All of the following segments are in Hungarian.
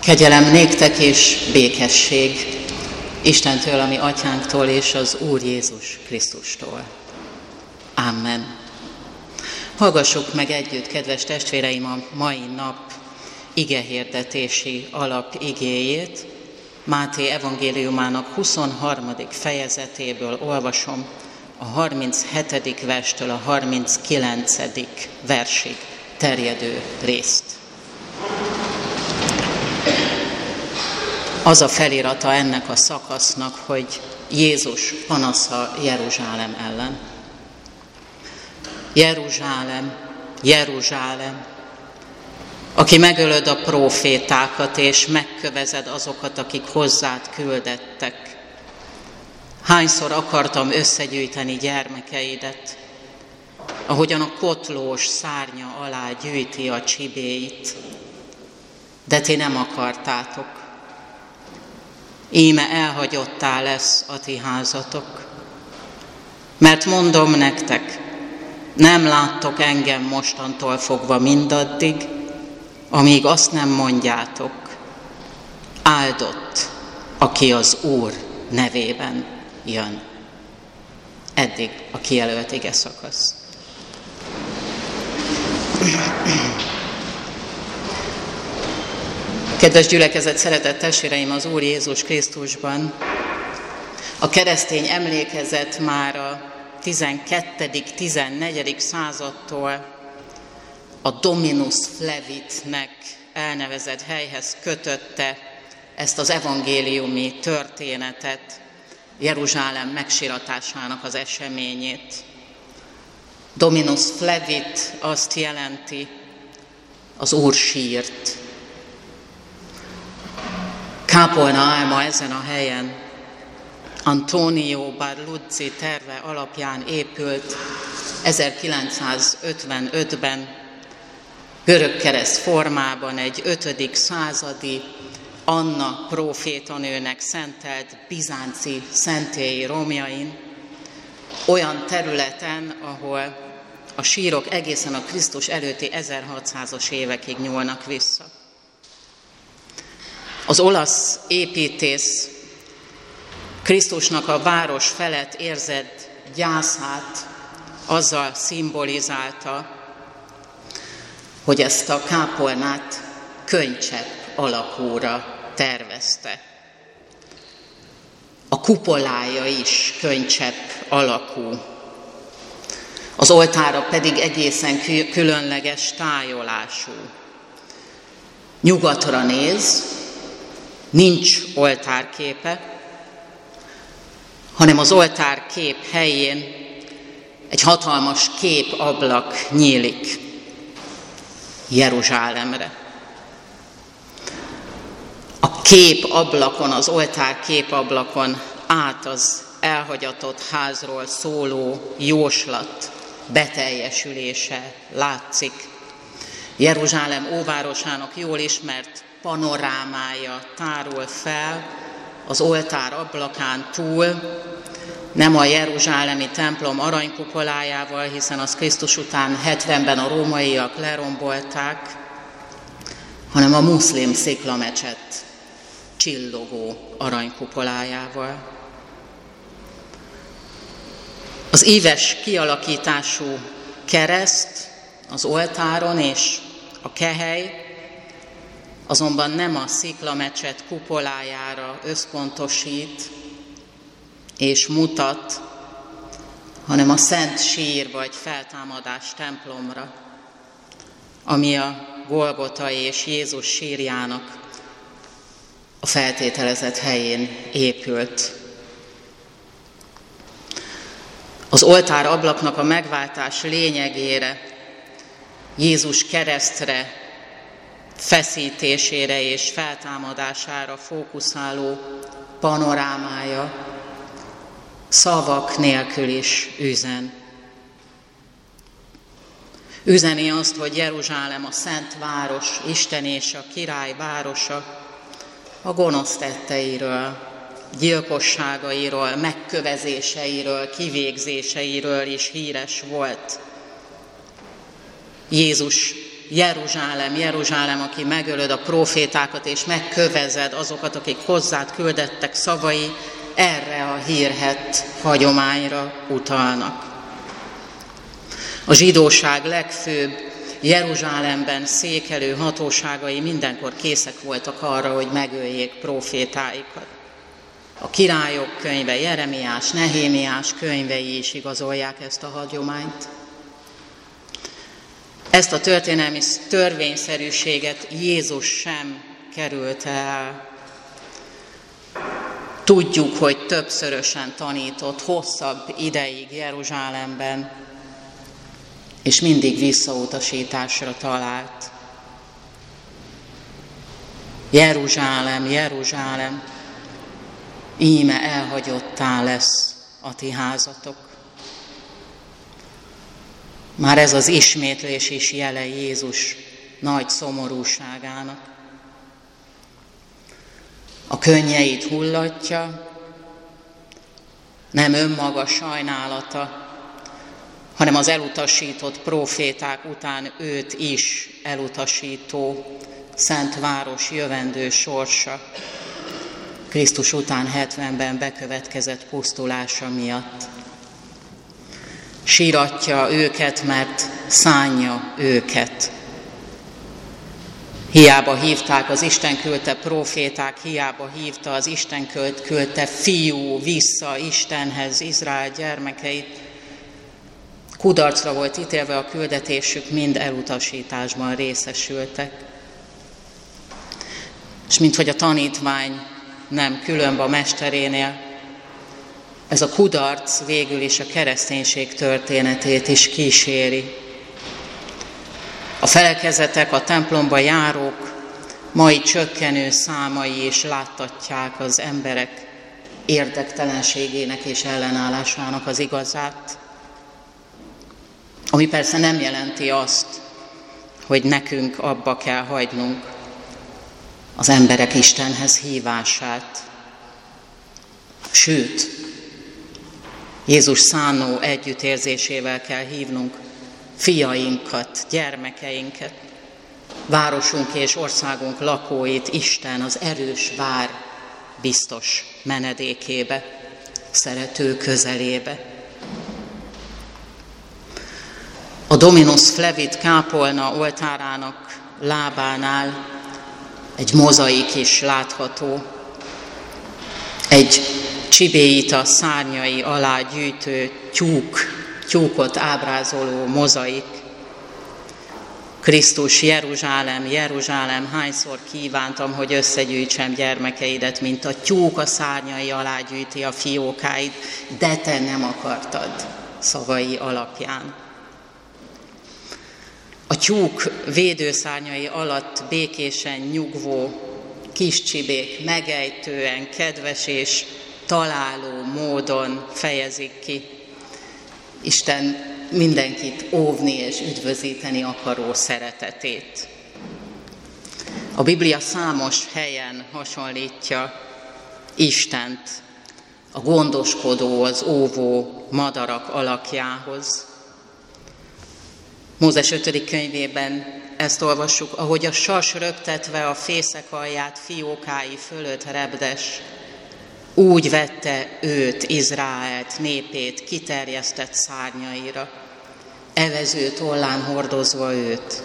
Kegyelem néktek és békesség Istentől, a mi atyánktól és az Úr Jézus Krisztustól. Amen. Hallgassuk meg együtt, kedves testvéreim, a mai nap igehirdetési alapigéjét. Máté evangéliumának 23. fejezetéből olvasom a 37. verstől a 39. versig terjedő részt. Az a felirata ennek a szakasznak, hogy Jézus panasza Jeruzsálem ellen. Jeruzsálem, Jeruzsálem, aki megölöd a prófétákat és megkövezed azokat, akik hozzád küldettek. Hányszor akartam összegyűjteni gyermekeidet, ahogyan a kotlós szárnya alá gyűjti a csibéit, de ti nem akartátok. Íme elhagyottá lesz a ti házatok, mert mondom nektek, nem láttok engem mostantól fogva mindaddig, amíg azt nem mondjátok, áldott, aki az Úr nevében jön. Eddig a kijelölt ige szakasz. Kedves gyülekezet, szeretett testvéreim az Úr Jézus Krisztusban, a keresztény emlékezet már a 12.-14. századtól a Dominus Flevitnek elnevezett helyhez kötötte ezt az evangéliumi történetet, Jeruzsálem megsiratásának az eseményét. Dominus Flevit azt jelenti, az Úr sírt. Kápolna álma ezen a helyen Antonio Barluzzi terve alapján épült 1955-ben görög kereszt formában egy 5. századi Anna prófétanőnek szentelt bizánci szentélyi romjain, olyan területen, ahol a sírok egészen a Krisztus előtti 1600-as évekig nyúlnak vissza. Az olasz építész Krisztusnak a város felett érzett gyászát azzal szimbolizálta, hogy ezt a kápolnát könycsepp alakúra tervezte. A kupolája is könycsepp alakú, az oltára pedig egészen különleges tájolású. Nyugatra néz, nincs oltárképe, hanem az oltárkép helyén egy hatalmas képablak nyílik Jeruzsálemre. A képablakon, az oltár képablakon át az elhagyatott házról szóló jóslat beteljesülése látszik. Jeruzsálem óvárosának jól ismert panorámája tárul fel az oltár ablakán túl, nem a jeruzsálemi templom aranykupolájával, hiszen az Krisztus után 70-ben a rómaiak lerombolták, hanem a muszlim sziklamecset csillogó aranykupolájával. Az íves kialakítású kereszt az oltáron és a kehely azonban nem a sziklamecset kupolájára összpontosít és mutat, hanem a Szent Sír vagy Feltámadás templomra, ami a Golgota és Jézus sírjának a feltételezett helyén épült. Az oltár ablaknak a megváltás lényegére, Jézus keresztre feszítésére és feltámadására fókuszáló panorámája szavak nélkül is üzen. Üzeni azt, hogy Jeruzsálem a szent város, Isten és a király városa, a gonosz tetteiről, gyilkosságairól, megkövezéseiről, kivégzéseiről is híres volt. Jézus Jeruzsálem, Jeruzsálem, aki megölöd a prófétákat és megkövezed azokat, akik hozzád küldettek, szavai erre a hírhedt hagyományra utalnak. A zsidóság legfőbb Jeruzsálemben székelő hatóságai mindenkor készek voltak arra, hogy megöljék prófétáikat. A Királyok könyve, Jeremiás, Nehémiás könyvei is igazolják ezt a hagyományt. Ezt a történelmi törvényszerűséget Jézus sem kerülte el. Tudjuk, hogy többszörösen tanított, hosszabb ideig Jeruzsálemben, és mindig visszautasításra talált. Jeruzsálem, Jeruzsálem, íme elhagyottá lesz a ti házatok. Már ez az ismétlés is jele Jézus nagy szomorúságának. A könnyeit hullatja, nem önmaga sajnálata, hanem az elutasított próféták után őt is elutasító szent város jövendő sorsa, Krisztus után 70-ben bekövetkezett pusztulása miatt. Síratja őket, mert szánja őket. Hiába hívták az Isten küldte próféták, hiába hívta az Isten küldte fiú vissza Istenhez Izrael gyermekeit. Kudarcra volt ítélve a küldetésük, mind elutasításban részesültek. És minthogy a tanítvány nem különb a mesterénél, ez a kudarc végül is a kereszténység történetét is kíséri. A felekezetek, a templomba járók mai csökkenő számai is láttatják az emberek érdektelenségének és ellenállásának az igazát, ami persze nem jelenti azt, hogy nekünk abba kell hagynunk az emberek Istenhez hívását. Sőt, Jézus szánó együttérzésével kell hívnunk fiainkat, gyermekeinket, városunk és országunk lakóit Isten az erős vár biztos menedékébe, szerető közelébe. A Dominus Flevit kápolna oltárának lábánál egy mozaik is látható, egy csibéita szárnyai alá gyűjtő tyúkot ábrázoló mozaik. Krisztus, Jeruzsálem, Jeruzsálem, hányszor kívántam, hogy összegyűjtsem gyermekeidet, mint a tyúk a szárnyai alá gyűjti a fiókáit, de te nem akartad, szavai alapján. A tyúk védőszárnyai alatt békésen nyugvó kis csibék megejtően, kedves és találó módon fejezik ki Isten mindenkit óvni és üdvözíteni akaró szeretetét. A Biblia számos helyen hasonlítja Istent a gondoskodó, az óvó madarak alakjához. Mózes 5. könyvében ezt olvassuk, ahogy a sas röptetve a fészek alját fiókái fölött repdes, úgy vette őt, Izraelt, népét kiterjesztett szárnyaira, evező tollán hordozva őt.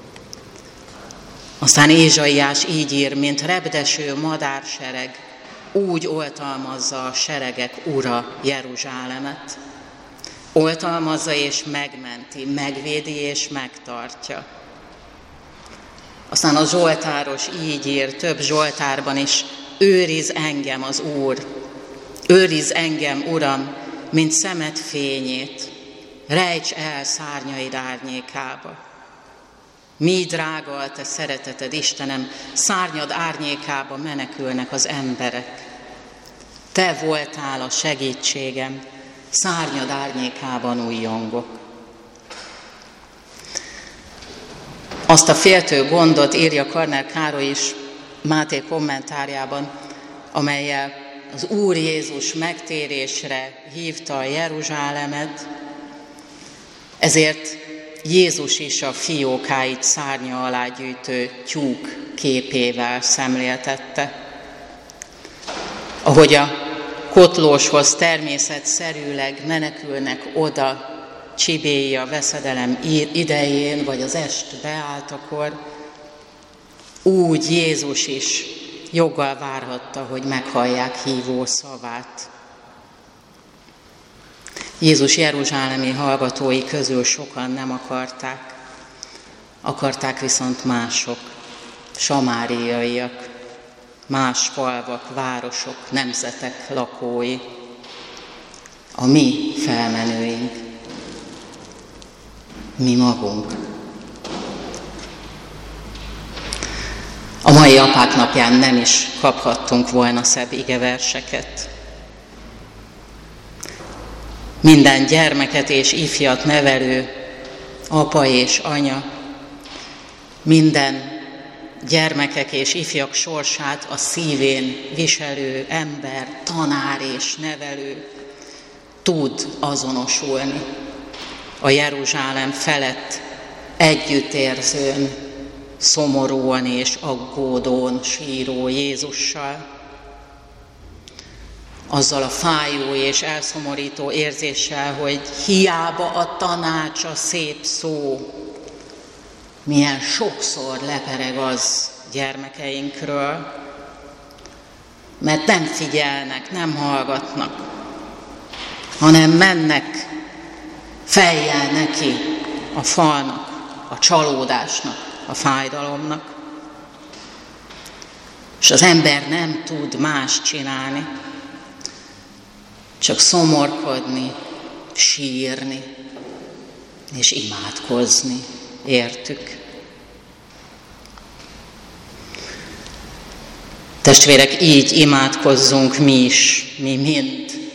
Aztán Ézsaiás így ír, mint repdeső madársereg, úgy oltalmazza a seregek ura Jeruzsálemet. Oltalmazza és megmenti, megvédi és megtartja. Aztán a zsoltáros így ír, több zsoltárban is, őriz engem az Úr, őriz engem, Uram, mint szemed fényét, rejts el szárnyaid árnyékába. Mi drága a te szereteted, Istenem, szárnyad árnyékába menekülnek az emberek. Te voltál a segítségem, szárnyad árnyékában újjongok. Azt a féltő gondot írja Karner Károly is Máté kommentárjában, amellyel az Úr Jézus megtérésre hívta Jeruzsálemet, ezért Jézus is a fiókáit szárnya alá gyűjtő tyúk képével szemléltette. Ahogy a kotlóshoz természetszerűleg menekülnek oda csibéi a veszedelem idején, vagy az est beálltakor, úgy Jézus is joggal várhatta, hogy meghallják hívó szavát. Jézus jeruzsálemi hallgatói közül sokan nem akarták viszont mások, samáriaiak, más falvak, városok, nemzetek lakói, a mi felmenőink, mi magunk. A mai apák napján nem is kaphattunk volna szebb igeverseket. Minden gyermeket és ifjat nevelő apa és anya, minden gyermekek és ifjak sorsát a szívén viselő ember, tanár és nevelő tud azonosulni a Jeruzsálem felett együttérzőn, szomorúan és aggódón síró Jézussal, azzal a fájó és elszomorító érzéssel, hogy hiába a tanács, a szép szó, milyen sokszor lepereg az gyermekeinkről, mert nem figyelnek, nem hallgatnak, hanem mennek fejjel neki a falnak, a csalódásnak, a fájdalomnak. És az ember nem tud más csinálni, csak szomorkodni, sírni és imádkozni értük. Testvérek, így imádkozzunk mi is, mi mind,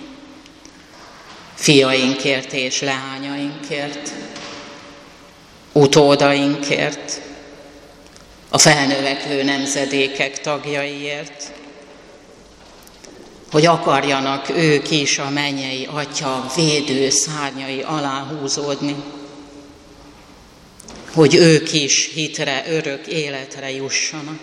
fiainkért és leányainkért, utódainkért, a felnövekvő nemzedékek tagjaiért, hogy akarjanak ők is a mennyei Atya védő szárnyai alá húzódni, hogy ők is hitre, örök életre jussanak.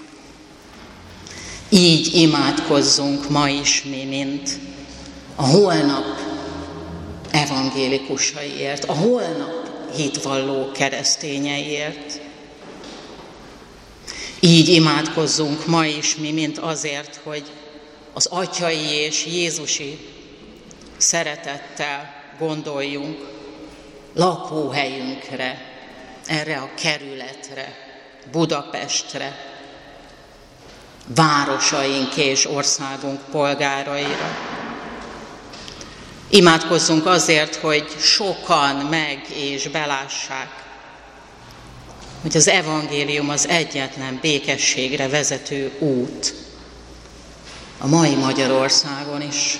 Így imádkozzunk ma is mi mind a holnap evangélikusaiért, a holnap hitvalló keresztényeiért. Így imádkozzunk ma is mi mind azért, hogy az atyai és jézusi szeretettel gondoljunk lakóhelyünkre, erre a kerületre, Budapestre, városaink és országunk polgáraira. Imádkozzunk azért, hogy sokan meg és belássák, hogy az evangélium az egyetlen békességre vezető út a mai Magyarországon is.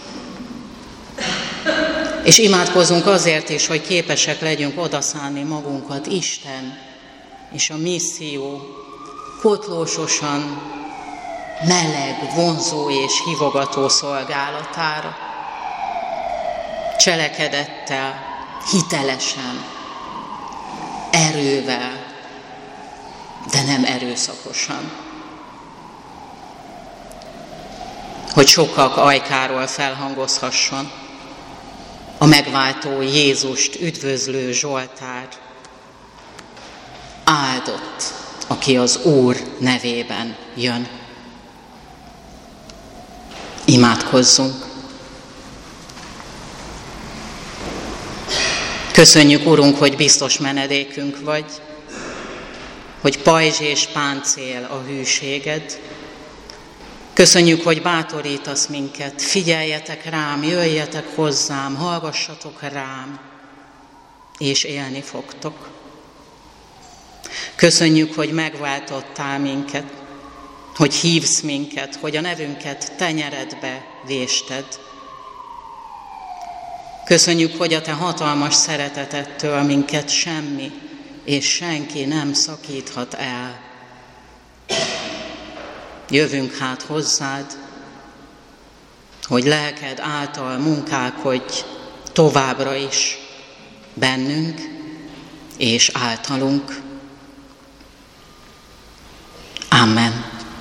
És imádkozzunk azért is, hogy képesek legyünk odaszánni magunkat Isten és a misszió kotlósosan meleg, vonzó és hívogató szolgálatára. Cselekedettel, hitelesen, erővel, de nem erőszakosan. Hogy sokak ajkáról felhangozhasson a megváltó Jézust üdvözlő zsoltár. Áldott, aki az Úr nevében jön. Imádkozzunk. Köszönjük, Urunk, hogy biztos menedékünk vagy, hogy pajzs és páncél a hűséged. Köszönjük, hogy bátorítasz minket, figyeljetek rám, jöjjetek hozzám, hallgassatok rám, és élni fogtok. Köszönjük, hogy megváltottál minket, hogy hívsz minket, hogy a nevünket tenyeredbe vésted. Köszönjük, hogy a te hatalmas szeretetettől minket semmi és senki nem szakíthat el. Jövünk hát hozzád, hogy lelked által munkálkodj továbbra is bennünk és általunk. Amen.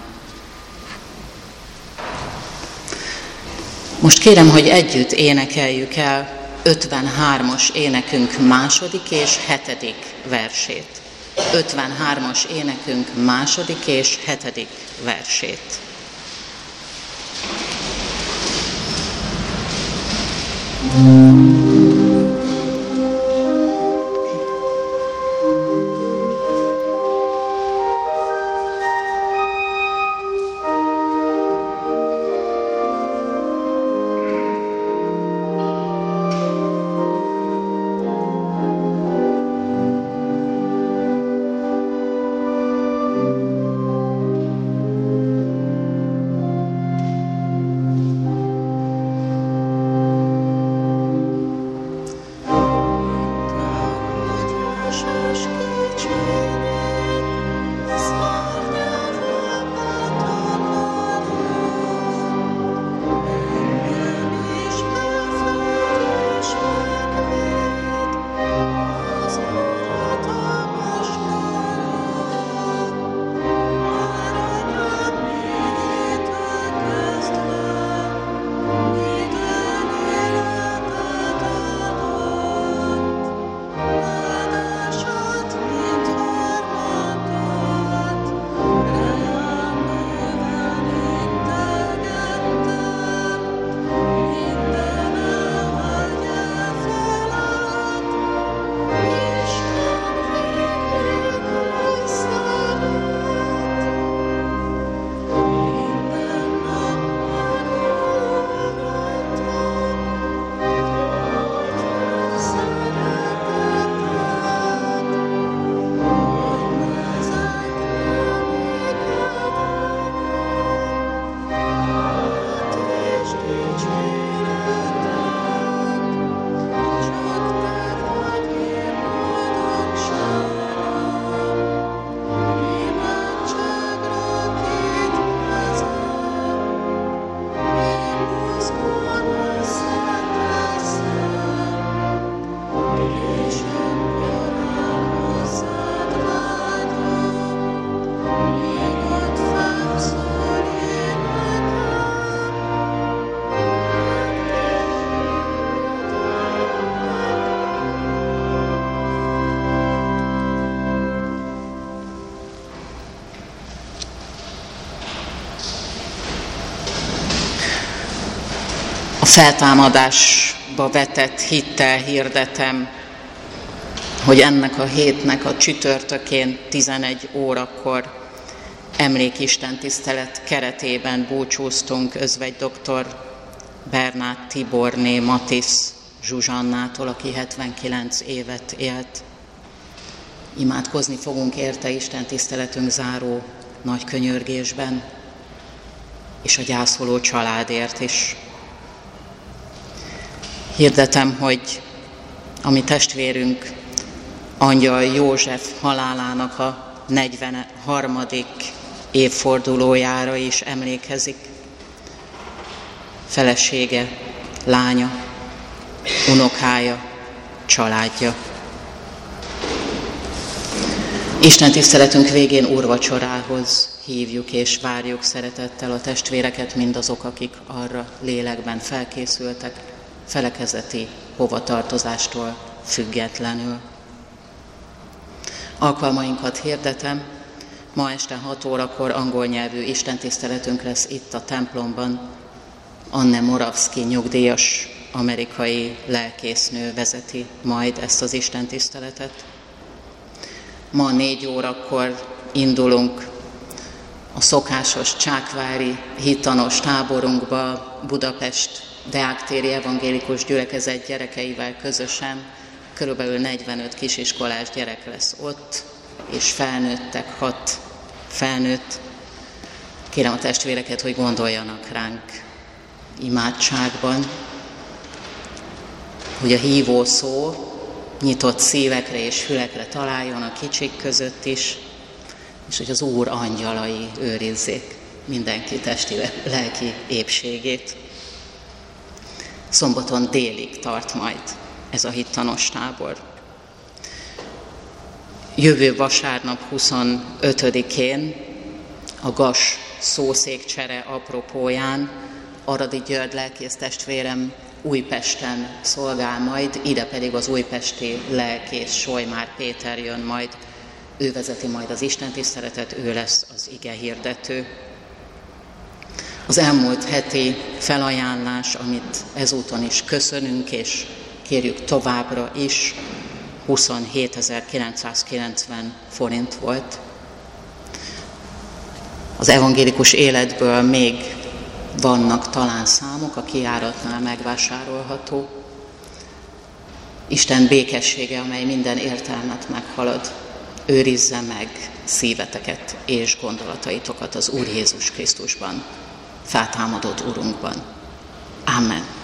Most kérem, hogy együtt énekeljük el 53-as énekünk második és hetedik versét. 53-as énekünk második és hetedik versét. Feltámadásba vetett hittel hirdetem, hogy ennek a hétnek a csütörtökén 11 órakor emlékistentisztelet keretében búcsúztunk özvegy dr. Bernát Tiborné Matisz Zsuzsannától, aki 79 évet élt. Imádkozni fogunk érte istentiszteletünk záró nagy könyörgésben, és a gyászoló családért is. Hirdetem, hogy a mi testvérünk Angyal József halálának a 43. évfordulójára is emlékezik. Felesége, lánya, unokája, családja. Istentiszteletünk végén úrvacsorához hívjuk és várjuk szeretettel a testvéreket, mindazok, akik arra lélekben felkészültek, felekezeti hovatartozástól függetlenül. Alkalmainkat hirdetem, ma este 6 órakor angol nyelvű istentiszteletünk lesz itt a templomban. Anne Moravski nyugdíjas amerikai lelkésznő vezeti majd ezt az istentiszteletet. Ma 4 órakor indulunk a szokásos csákvári hittanos táborunkba, Budapest Deák-téri evangélikus gyülekezet gyerekeivel közösen. Körülbelül 45 kisiskolás gyerek lesz ott, és felnőttek, 6 felnőtt. Kérem a testvéreket, hogy gondoljanak ránk imádságban, hogy a hívó szó nyitott szívekre és fülekre találjon a kicsik között is, és hogy az Úr angyalai őrizzék mindenki testi, lelki épségét. Szombaton délig tart majd ez a hittanos tábor. jövő vasárnap 25-én a GAS szószékcsere apropóján Aradi György lelkész testvérem Újpesten szolgál majd, ide pedig az újpesti lelkész Solymár Péter jön majd, ő vezeti majd az istentiszteletet, ő lesz az ige hirdető. Az elmúlt heti felajánlás, amit ezúton is köszönünk, és kérjük továbbra is, 27.990 forint volt. Az evangélikus életből még vannak talán számok, a kijáratnál megvásárolható. Isten békessége, amely minden értelmet meghalad, őrizze meg szíveteket és gondolataitokat az Úr Jézus Krisztusban, feltámadott Urunkban. Amen.